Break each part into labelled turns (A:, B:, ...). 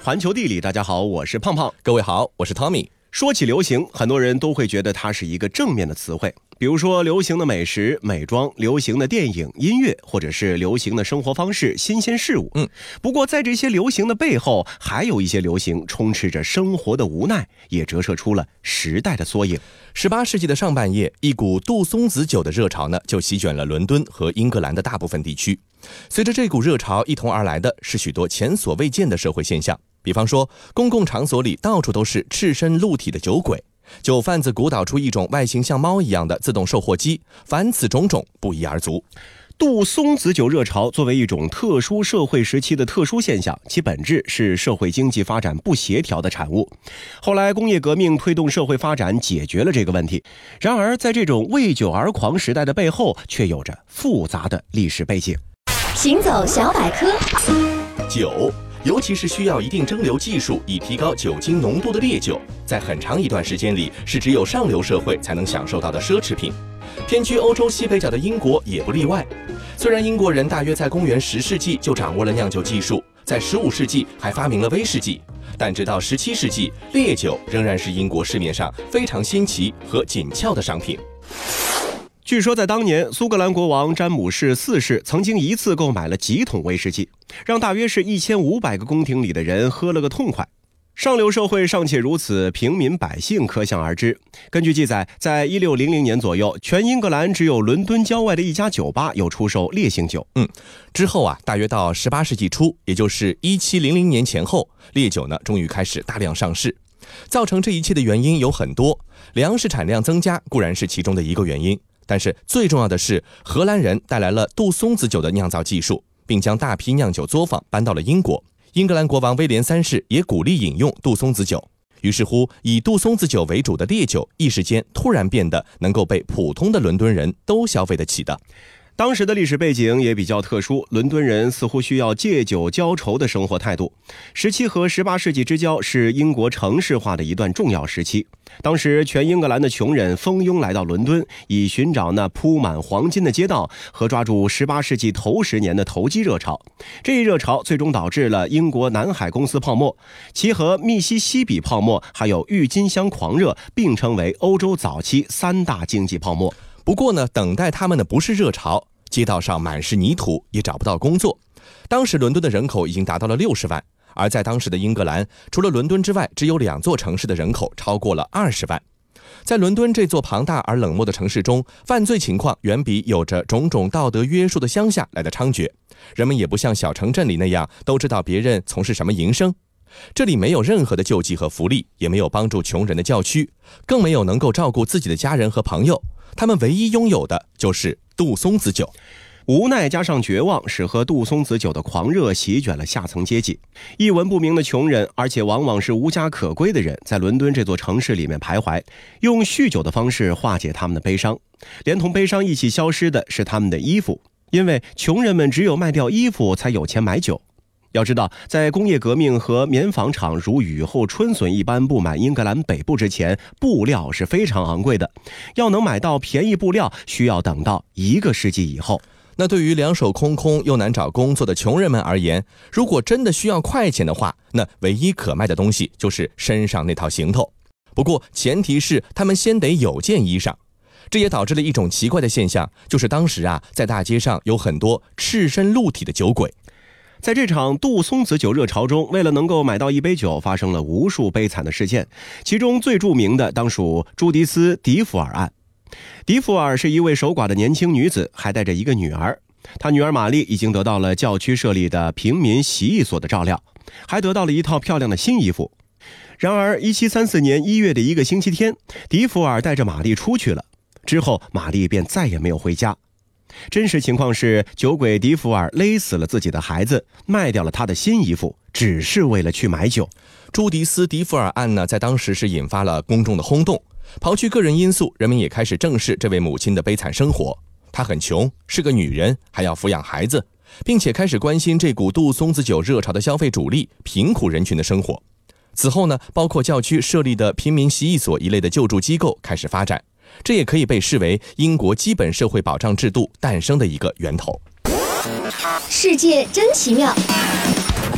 A: 环球地理，大家好，我是胖胖。
B: 各位好，我是 Tommy。
A: 说起流行，很多人都会觉得它是一个正面的词汇，比如说流行的美食、美妆、流行的电影、音乐，或者是流行的生活方式、新鲜事物。不过在这些流行的背后，还有一些流行充斥着生活的无奈，也折射出了时代的缩影。
B: 18世纪的上半叶，一股杜松子酒的热潮呢，就席卷了伦敦和英格兰的大部分地区。随着这股热潮一同而来的是许多前所未见的社会现象，比方说公共场所里到处都是赤身露体的酒鬼，酒贩子鼓捣出一种外形像猫一样的自动售货机，凡此种种不一而足。
A: 杜松子酒热潮作为一种特殊社会时期的特殊现象，其本质是社会经济发展不协调的产物。后来工业革命推动社会发展，解决了这个问题。然而在这种为酒而狂时代的背后，却有着复杂的历史背景。
C: 行走小百科。
B: 酒，尤其是需要一定蒸馏技术以提高酒精浓度的烈酒，在很长一段时间里是只有上流社会才能享受到的奢侈品。偏居欧洲西北角的英国也不例外。虽然英国人大约在公元10世纪就掌握了酿酒技术，在15世纪还发明了威士忌，但直到17世纪，烈酒仍然是英国市面上非常新奇和紧俏的商品。
A: 据说在当年，苏格兰国王詹姆士4世曾经一次购买了几桶威士忌，让大约是1500个宫廷里的人喝了个痛快。上流社会尚且如此，平民百姓可想而知。根据记载，在1600年左右，全英格兰只有伦敦郊外的一家酒吧有出售烈性酒。
B: 之后啊，大约到18世纪初，也就是1700年前后，烈酒呢终于开始大量上市。造成这一切的原因有很多，粮食产量增加固然是其中的一个原因，但是最重要的是，荷兰人带来了杜松子酒的酿造技术，并将大批酿酒作坊搬到了英国。英格兰国王威廉3世也鼓励饮用杜松子酒，于是乎以杜松子酒为主的烈酒一时间突然变得能够被普通的伦敦人都消费得起的。
A: 当时的历史背景也比较特殊，伦敦人似乎需要借酒浇愁的生活态度。17和18世纪之交是英国城市化的一段重要时期。当时全英格兰的穷人蜂拥来到伦敦，以寻找那铺满黄金的街道和抓住18世纪头10年的投机热潮。这一热潮最终导致了英国南海公司泡沫，其和密西西比泡沫还有郁金香狂热并称为欧洲早期3大经济泡沫。
B: 不过呢，等待他们的不是热潮，街道上满是泥土，也找不到工作。当时伦敦的人口已经达到了60万，而在当时的英格兰，除了伦敦之外，只有2座城市的人口超过了20万。在伦敦这座庞大而冷漠的城市中，犯罪情况远比有着种种道德约束的乡下来得猖獗。人们也不像小城镇里那样都知道别人从事什么营生。这里没有任何的救济和福利，也没有帮助穷人的教区，更没有能够照顾自己的家人和朋友。他们唯一拥有的就是杜松子酒。
A: 无奈加上绝望，使喝杜松子酒的狂热席卷了下层阶级。一文不名的穷人，而且往往是无家可归的人，在伦敦这座城市里面徘徊，用酗酒的方式化解他们的悲伤。连同悲伤一起消失的是他们的衣服，因为穷人们只有卖掉衣服才有钱买酒。要知道，在工业革命和棉纺厂如雨后春笋一般布满英格兰北部之前，布料是非常昂贵的，要能买到便宜布料，需要等到1个世纪以后。
B: 那对于两手空空又难找工作的穷人们而言，如果真的需要快钱的话，那唯一可卖的东西就是身上那套行头。不过前提是他们先得有件衣裳。这也导致了一种奇怪的现象，就是当时在大街上有很多赤身露体的酒鬼。
A: 在这场杜松子酒热潮中，为了能够买到一杯酒，发生了无数悲惨的事件，其中最著名的当属朱迪斯·迪福尔案。迪福尔是一位守寡的年轻女子，还带着一个女儿。她女儿玛丽已经得到了教区设立的平民洗衣所的照料，还得到了一套漂亮的新衣服。然而1734年1月的一个星期天，迪福尔带着玛丽出去了，之后玛丽便再也没有回家。真实情况是，酒鬼迪福尔勒死了自己的孩子，卖掉了他的新衣服，只是为了去买酒。
B: 朱迪斯·迪福尔案呢，在当时是引发了公众的轰动。刨去个人因素，人们也开始正视这位母亲的悲惨生活。她很穷，是个女人，还要抚养孩子，并且开始关心这股杜松子酒热潮的消费主力贫苦人群的生活。此后呢，包括教区设立的平民洗衣所一类的救助机构开始发展，这也可以被视为英国基本社会保障制度诞生的一个源头。
C: 世界真奇妙。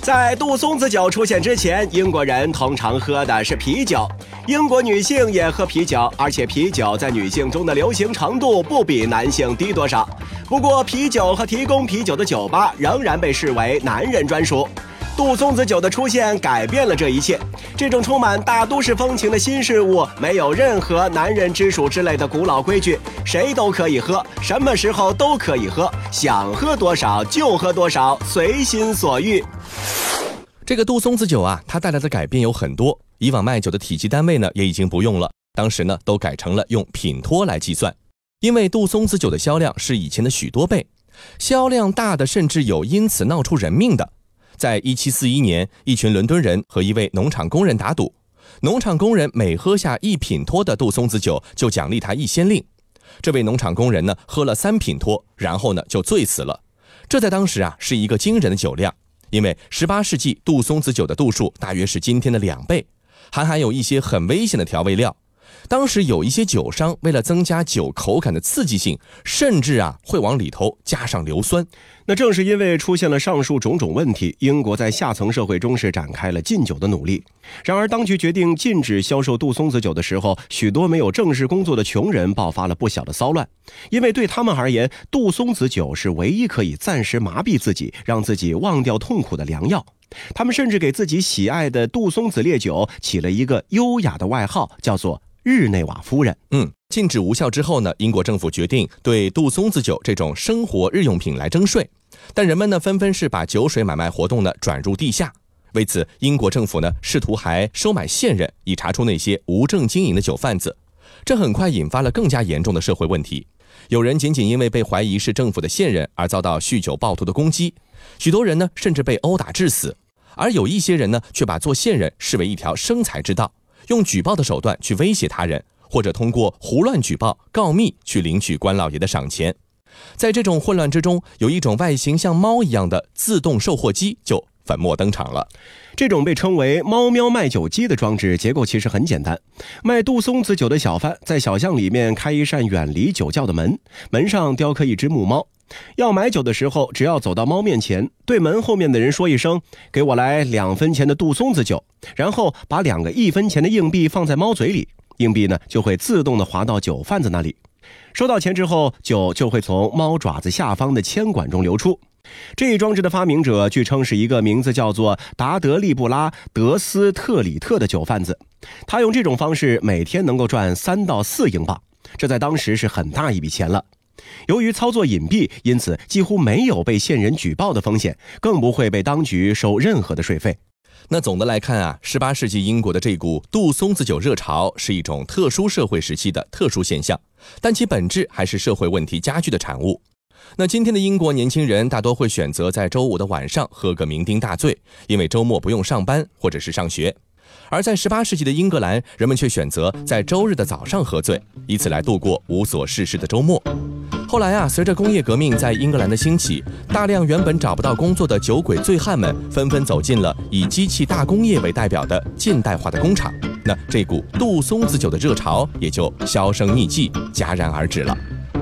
A: 在杜松子酒出现之前，英国人通常喝的是啤酒。英国女性也喝啤酒，而且啤酒在女性中的流行程度不比男性低多少。不过，啤酒和提供啤酒的酒吧仍然被视为男人专属。杜松子酒的出现改变了这一切。这种充满大都市风情的新事物，没有任何男人之属之类的古老规矩，谁都可以喝，什么时候都可以喝，想喝多少就喝多少，随心所欲。
B: 这个杜松子酒啊，它带来的改变有很多。以往卖酒的体积单位呢，也已经不用了，当时呢都改成了用品托来计算，因为杜松子酒的销量是以前的许多倍，销量大的甚至有因此闹出人命的。在1741年，一群伦敦人和一位农场工人打赌，农场工人每喝下1品托的杜松子酒，就奖励他1先令。这位农场工人呢，喝了3品托，然后呢就醉死了。这在当时啊是一个惊人的酒量，因为18世纪杜松子酒的度数大约是今天的2倍，还含有一些很危险的调味料。当时有一些酒商为了增加酒口感的刺激性，甚至会往里头加上硫酸。
A: 那正是因为出现了上述种种问题，英国在下层社会中是展开了禁酒的努力。然而当局决定禁止销售杜松子酒的时候，许多没有正式工作的穷人爆发了不小的骚乱，因为对他们而言，杜松子酒是唯一可以暂时麻痹自己，让自己忘掉痛苦的良药。他们甚至给自己喜爱的杜松子烈酒起了一个优雅的外号，叫做日内瓦夫人。
B: 禁止无效之后呢，英国政府决定对杜松子酒这种生活日用品来征税，但人们呢纷纷是把酒水买卖活动呢转入地下。为此，英国政府呢试图还收买线人，以查出那些无证经营的酒贩子。这很快引发了更加严重的社会问题。有人仅仅因为被怀疑是政府的线人而遭到酗酒暴徒的攻击，许多人呢甚至被殴打致死。而有一些人呢却把做线人视为一条生财之道，用举报的手段去威胁他人，或者通过胡乱举报告密去领取官老爷的赏钱。在这种混乱之中，有一种外形像猫一样的自动售货机就粉墨登场了。
A: 这种被称为猫喵卖酒机的装置结构其实很简单，卖杜松子酒的小贩在小巷里面开一扇远离酒窖的门，门上雕刻一只木猫。要买酒的时候，只要走到猫面前，对门后面的人说一声，给我来2分钱的杜松子酒，然后把2个1分钱的硬币放在猫嘴里，硬币呢就会自动的滑到酒贩子那里。收到钱之后，酒就会从猫爪子下方的铅管中流出。这一装置的发明者据称是一个名字叫做达德利布拉德斯特里特的酒贩子，他用这种方式每天能够赚3到4英镑，这在当时是很大一笔钱了。由于操作隐蔽，因此几乎没有被线人举报的风险，更不会被当局收任何的税费。
B: 那总的来看啊，18世纪英国的这股杜松子酒热潮是一种特殊社会时期的特殊现象，但其本质还是社会问题加剧的产物。那今天的英国年轻人大多会选择在周五的晚上喝个酩酊大醉，因为周末不用上班或者是上学。而在18世纪的英格兰，人们却选择在周日的早上喝醉，以此来度过无所事事的周末。后来啊，随着工业革命在英格兰的兴起，大量原本找不到工作的酒鬼醉汉们纷纷走进了以机器大工业为代表的近代化的工厂，那这股杜松子酒的热潮也就销声匿迹，戛然而止了。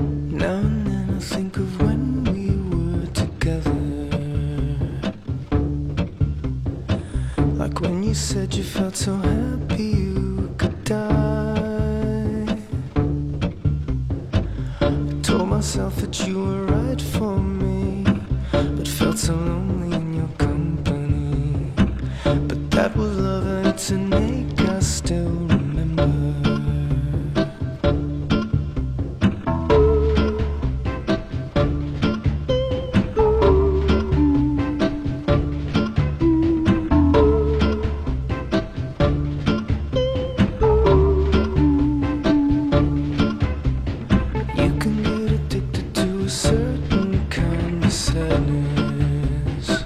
D: Like when you said you felt so happy you could die. I told myself that you were right for me, but felt so lonely in your company. But that was love and it's an ache I still remember. You can get addicted to a certain kind of sadness.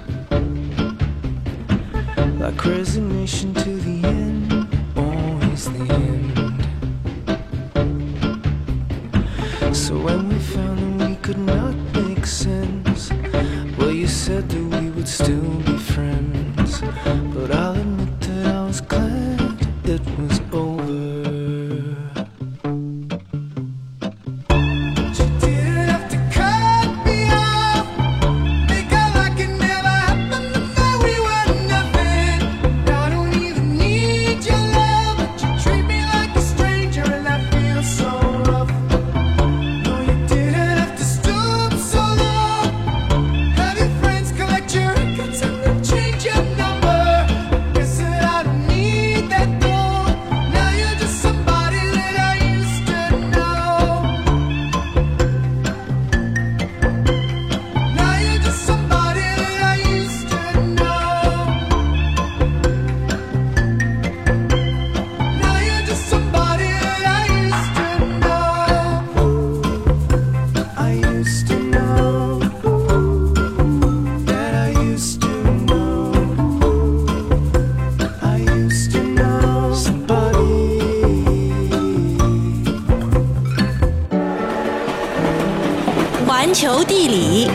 C: 球地理，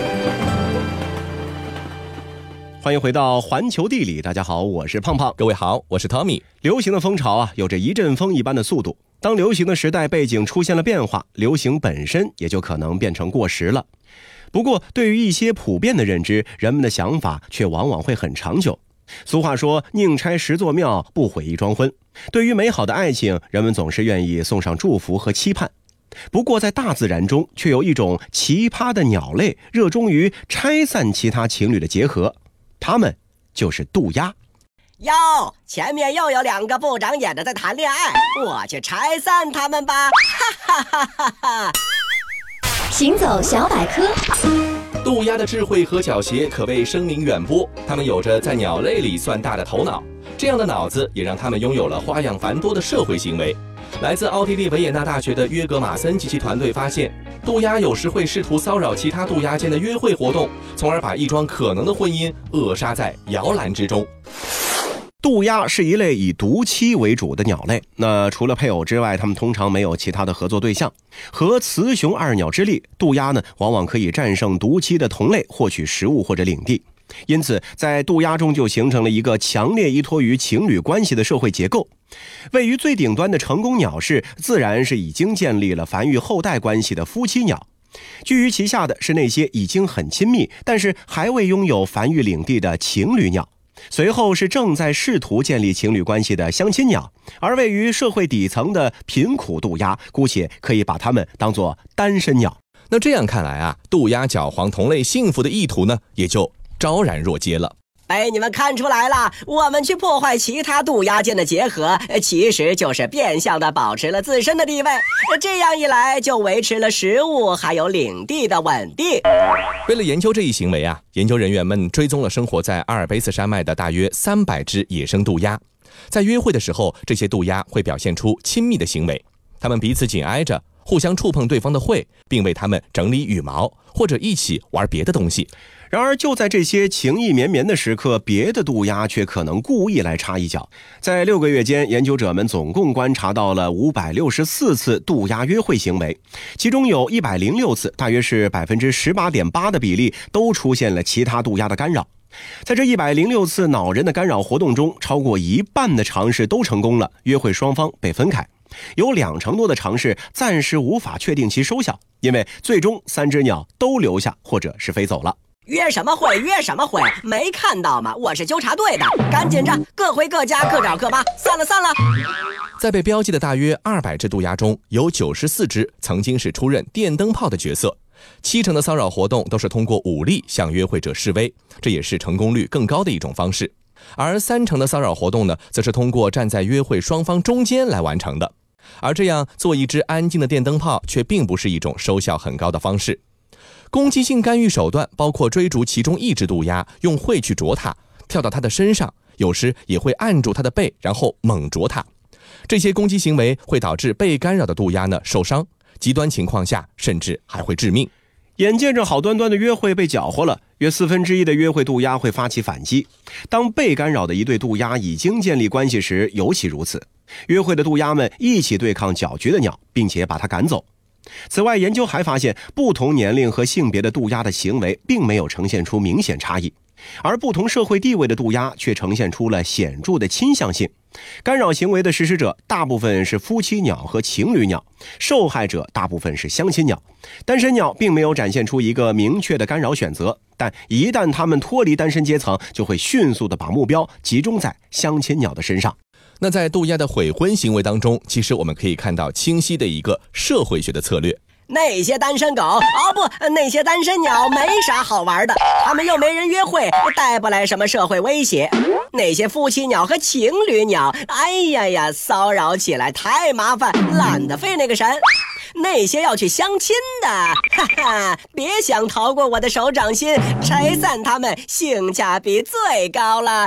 A: 欢迎回到环球地理，大家好，我是胖胖。
B: 各位好，我是 Tommy。
A: 流行的风潮有着一阵风一般的速度。当流行的时代背景出现了变化，流行本身也就可能变成过时了。不过，对于一些普遍的认知，人们的想法却往往会很长久。俗话说，宁拆10座庙，不毁一桩婚。对于美好的爱情，人们总是愿意送上祝福和期盼。不过，在大自然中，却有一种奇葩的鸟类，热衷于拆散其他情侣的结合。它们就是渡鸦。
E: 哟，前面又有2个不长眼的在谈恋爱，我去拆散他们吧！哈哈哈哈哈！
C: 行走小百科。
B: 渡鸦的智慧和狡黠可谓声名远播，它们有着在鸟类里算大的头脑，这样的脑子也让它们拥有了花样繁多的社会行为。来自奥地利维也纳大学的约格马森及其团队发现，渡鸦有时会试图骚扰其他渡鸦间的约会活动，从而把一桩可能的婚姻扼杀在摇篮之中。
A: 渡鸦是一类以独栖为主的鸟类，那除了配偶之外，它们通常没有其他的合作对象。和雌雄二鸟之力，渡鸦呢往往可以战胜独栖的同类，获取食物或者领地。因此，在渡鸦中就形成了一个强烈依托于情侣关系的社会结构。位于最顶端的成功鸟式，自然是已经建立了繁育后代关系的夫妻鸟。居于其下的是那些已经很亲密，但是还未拥有繁育领地的情侣鸟。随后是正在试图建立情侣关系的相亲鸟，而位于社会底层的贫苦渡鸦，姑且可以把它们当作单身鸟。
B: 那这样看来啊，渡鸦搅黄同类幸福的意图呢，也就昭然若揭了。
E: 被你们看出来了，我们去破坏其他渡鸦间的结合，其实就是变相的保持了自身的地位，这样一来就维持了食物还有领地的稳定。
B: 为了研究这一行为啊，研究人员们追踪了生活在阿尔卑斯山脉的大约300只野生渡鸦。在约会的时候，这些渡鸦会表现出亲密的行为，它们彼此紧挨着，互相触碰对方的喙，并为它们整理羽毛，或者一起玩别的东西。
A: 然而就在这些情意绵绵的时刻，别的渡鸦却可能故意来插一脚。在6个月间，研究者们总共观察到了564次渡鸦约会行为，其中有106次，大约是 18.8% 的比例，都出现了其他渡鸦的干扰。在这106次恼人的干扰活动中，超过一半的尝试都成功了，约会双方被分开。有2成多的尝试暂时无法确定其收效，因为最终3只鸟都留下或者是飞走了。
E: 约什么会约什么会，没看到吗？我是纠察队的，赶紧着，各回各家，各找各妈，散了散了。
B: 在被标记的大约200只渡鸦中，有94只曾经是出任电灯泡的角色，7成的骚扰活动都是通过武力向约会者示威，这也是成功率更高的一种方式。而3成的骚扰活动呢，则是通过站在约会双方中间来完成的。而这样做一只安静的电灯泡，却并不是一种收效很高的方式。攻击性干预手段包括追逐其中一只渡鸦，用喙去啄它，跳到它的身上，有时也会按住它的背，然后猛啄它。这些攻击行为会导致被干扰的渡鸦呢受伤，极端情况下甚至还会致命。
A: 眼见着好端端的约会被搅和了，约1/4的约会渡鸦会发起反击。当被干扰的一对渡鸦已经建立关系时，尤其如此。约会的渡鸦们一起对抗搅局的鸟，并且把它赶走。此外，研究还发现，不同年龄和性别的渡鸦的行为并没有呈现出明显差异，而不同社会地位的渡鸦却呈现出了显著的倾向性。干扰行为的实施者大部分是夫妻鸟和情侣鸟，受害者大部分是相亲鸟。单身鸟并没有展现出一个明确的干扰选择，但一旦它们脱离单身阶层，就会迅速地把目标集中在相亲鸟的身上。
B: 那在渡鸦的悔婚行为当中，其实我们可以看到清晰的一个社会学的策略。
E: 那些单身狗那些单身鸟没啥好玩的，他们又没人约会，带不来什么社会威胁。那些夫妻鸟和情侣鸟，哎呀，骚扰起来太麻烦，懒得费那个神。那些要去相亲的，哈哈，别想逃过我的手掌心，拆散他们性价比最高了。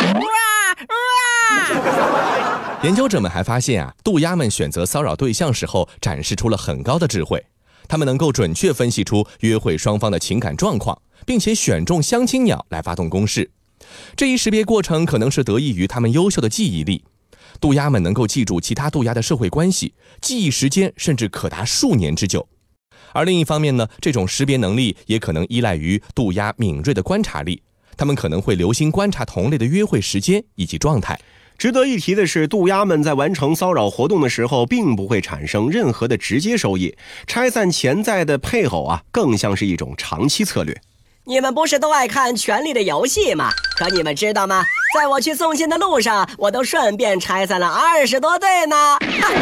B: 研究者们还发现啊，渡鸦们选择骚扰对象时候展示出了很高的智慧，他们能够准确分析出约会双方的情感状况，并且选中相亲鸟来发动攻势。这一识别过程可能是得益于他们优秀的记忆力。渡鸦们能够记住其他渡鸦的社会关系，记忆时间甚至可达数年之久。 而另一方面呢，这种识别能力也可能依赖于渡鸦敏锐的观察力，它们可能会留心观察同类的约会时间以及状态。
A: 值得一提的是，渡鸦们在完成骚扰活动的时候，并不会产生任何的直接收益，拆散潜在的配偶啊，更像是一种长期策略。
E: 你们不是都爱看《权力的游戏》吗？可你们知道吗？在我去送信的路上，我都顺便拆散了20多对呢。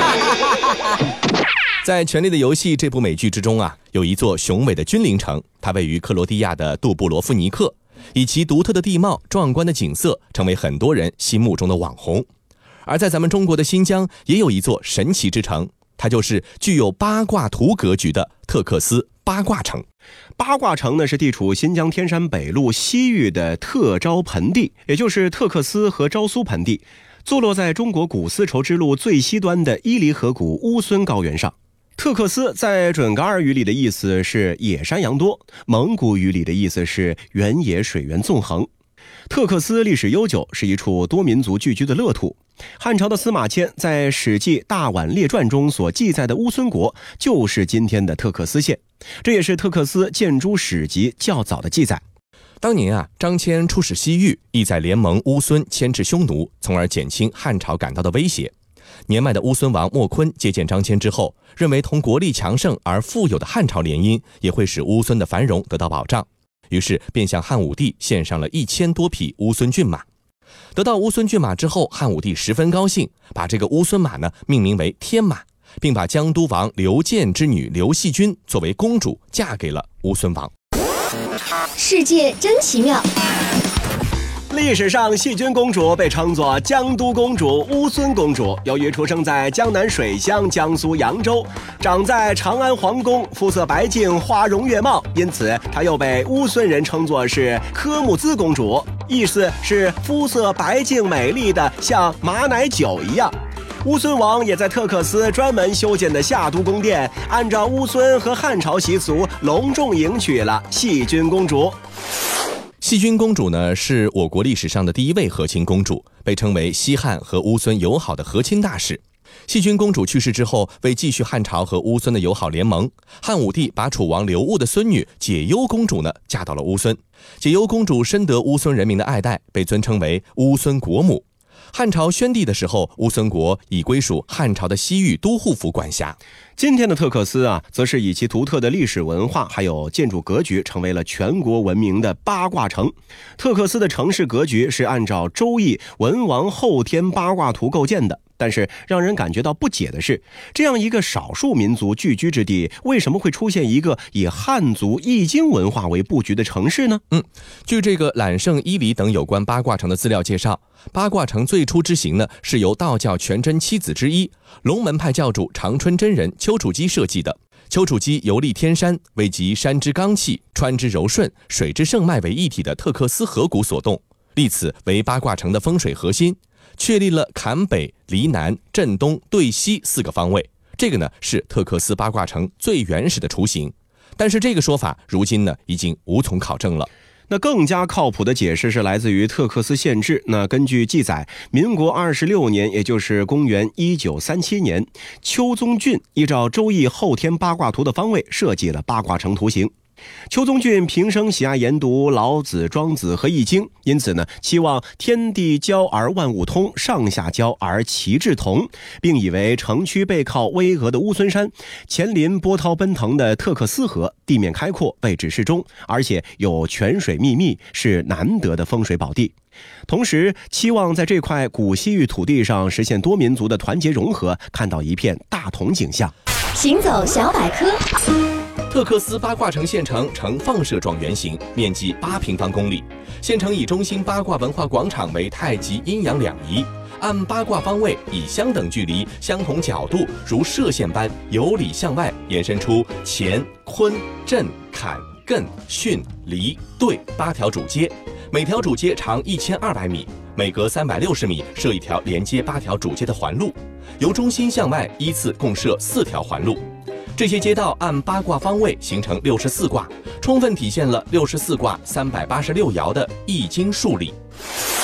B: 在《权力的游戏》这部美剧之中啊，有一座雄伟的君临城，它位于克罗地亚的杜布罗夫尼克，以其独特的地貌、壮观的景色，成为很多人心目中的网红。而在咱们中国的新疆，也有一座神奇之城，它就是具有八卦图格局的特克斯八卦城。
A: 八卦城呢，是地处新疆天山北麓西域的特招盆地，也就是特克斯和昭苏盆地，坐落在中国古丝绸之路最西端的伊犁河谷乌孙高原上。特克斯在准噶尔语里的意思是野山羊多，蒙古语里的意思是原野水源纵横。特克斯历史悠久，是一处多民族聚居的乐土。汉朝的司马迁在《史记大宛列传》中所记载的乌孙国，就是今天的特克斯县，这也是特克斯建诸史籍较早的记载。
B: 当年啊，张骞出使西域，意在联盟乌孙牵制匈奴，从而减轻汉朝感到的威胁。年迈的乌孙王莫坤接见张骞之后，认为同国力强盛而富有的汉朝联姻，也会使乌孙的繁荣得到保障，于是便向汉武帝献上了1000多匹乌孙骏马。得到乌孙骏马之后，汉武帝十分高兴，把这个乌孙马呢命名为天马，并把江都王刘建之女刘细君作为公主嫁给了乌孙王。
C: 世界真奇妙。
A: 历史上，细君公主被称作江都公主、乌孙公主。由于出生在江南水乡江苏扬州，长在长安皇宫，肤色白净，花容月貌，因此她又被乌孙人称作是科木兹公主，意思是肤色白净美丽的像马奶酒一样。乌孙王也在特克斯专门修建的夏都宫殿，按照乌孙和汉朝习俗，隆重迎娶了细君公主。
B: 细君公主呢，是我国历史上的第一位和亲公主，被称为西汉和乌孙友好的和亲大使。细君公主去世之后，为继续汉朝和乌孙的友好联盟，汉武帝把楚王刘戊的孙女解忧公主呢嫁到了乌孙。解忧公主深得乌孙人民的爱戴，被尊称为乌孙国母。汉朝宣帝的时候，乌孙国已归属汉朝的西域都护府管辖。
A: 今天的特克斯啊，则是以其独特的历史文化还有建筑格局，成为了全国闻名的八卦城。特克斯的城市格局是按照周易文王后天八卦图构建的，但是让人感觉到不解的是，这样一个少数民族聚居之地，为什么会出现一个以汉族易经文化为布局的城市呢？
B: 据这个揽胜、伊犁等有关八卦城的资料介绍，八卦城最初之行呢，是由道教全真七子之一龙门派教主长春真人丘处机设计的。丘处机游历天山，为集山之刚气、川之柔顺、水之盛脉为一体的特克斯河谷所动，立此为八卦城的风水核心，确立了坎北、离南、震东、对西4个方位。这个呢是特克斯八卦城最原始的雏形，但是这个说法如今呢已经无从考证了。
A: 那更加靠谱的解释是来自于特克斯县志。那根据记载，民国26年，也就是公元1937年，邱宗俊依照周易后天八卦图的方位设计了八卦城图形。邱宗俊平生喜爱研读老子、庄子和易经，因此呢，期望天地交而万物通，上下交而其志同，并以为城区背靠巍峨的乌孙山，前临波涛奔腾的特克斯河，地面开阔，位置适中，而且有泉水秘密，是难得的风水宝地。同时期望在这块古西域土地上实现多民族的团结融合，看到一片大同景象。
C: 行走小百科。
B: 特克斯八卦城县城呈放射状圆形，面积8平方公里。县城以中心八卦文化广场为太极阴阳两仪，按八卦方位以相等距离、相同角度，如射线般由里向外延伸出乾、坤、震、坎、艮、巽、离、兑8条主街，每条主街长1200米，每隔360米设一条连接8条主街的环路，由中心向外依次共设4条环路。这些街道按八卦方位形成64卦，充分体现了64卦386爻的易经数理。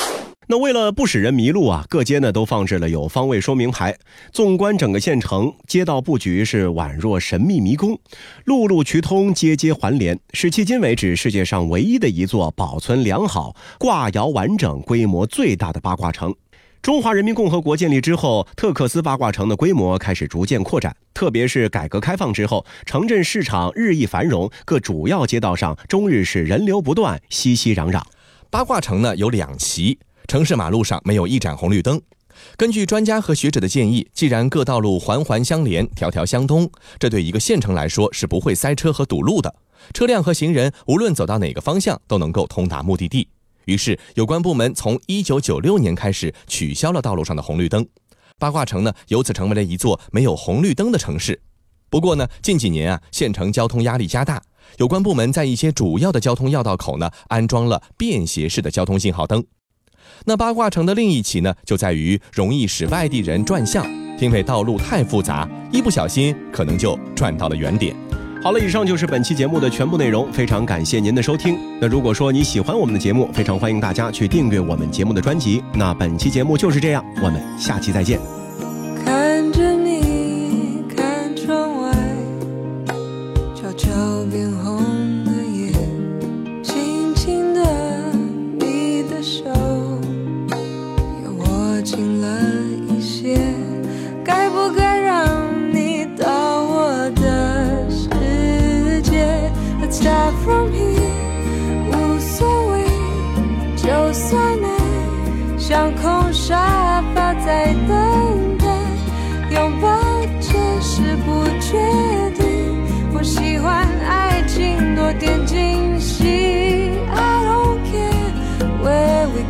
A: 那为了不使人迷路啊，各街呢都放置了有方位说明牌。纵观整个县城，街道布局是宛若神秘迷宫，路路渠通，街街环连，是迄今为止世界上唯一的一座保存良好、挂窑完整、规模最大的八卦城。中华人民共和国建立之后，特克斯八卦城的规模开始逐渐扩展，特别是改革开放之后，城镇市场日益繁荣，各主要街道上终日是人流不断，熙熙攘攘。
B: 八卦城呢有2期，城市马路上没有一盏红绿灯。根据专家和学者的建议，既然各道路环环相连，条条相通，这对一个县城来说是不会塞车和堵路的，车辆和行人无论走到哪个方向都能够通达目的地。于是有关部门从1996年开始取消了道路上的红绿灯，八卦城呢由此成为了一座没有红绿灯的城市。不过呢，近几年啊，县城交通压力加大，有关部门在一些主要的交通要道口呢安装了便携式的交通信号灯。那八卦城的另一起呢，就在于容易使外地人转向，因为道路太复杂，一不小心可能就转到了原点。
A: 好了，以上就是本期节目的全部内容，非常感谢您的收听。那如果说你喜欢我们的节目，非常欢迎大家去订阅我们节目的专辑。那本期节目就是这样，我们下期再见。
F: 看着你，看窗外，悄悄变红的夜，轻轻的你的手又握紧了一些，该不该让你到我的世界？ Let's start from here， 无所谓，就算爱像空沙发在等待，拥抱这是不确定，我喜欢爱情多点惊喜。 I don't care where we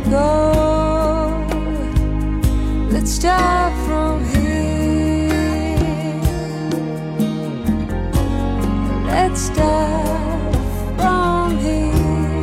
F: go， Let's start from here， Let's start from here。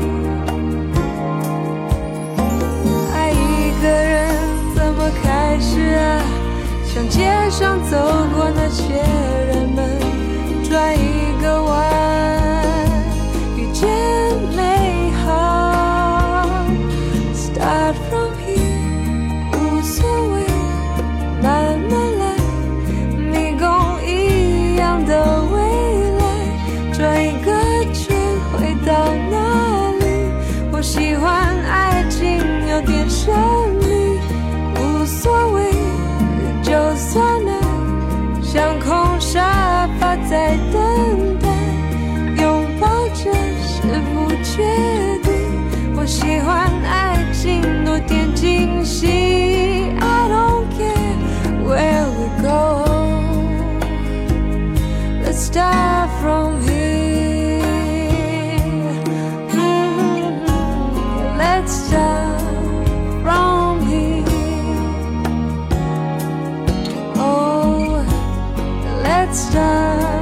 F: 爱一个人怎么开始啊？向街上走过那些人们，转一个弯，遇见美好。 Start from here， 无所谓，慢慢来，迷宫一样的未来，转一个圈回到哪里？我喜欢爱情有点神秘，无所谓，就算爱像空沙发在等待，拥抱这是不确定，我喜欢爱情多点惊喜。 I don't care where we go， Let's start from here， Let's start from here， Oh let's start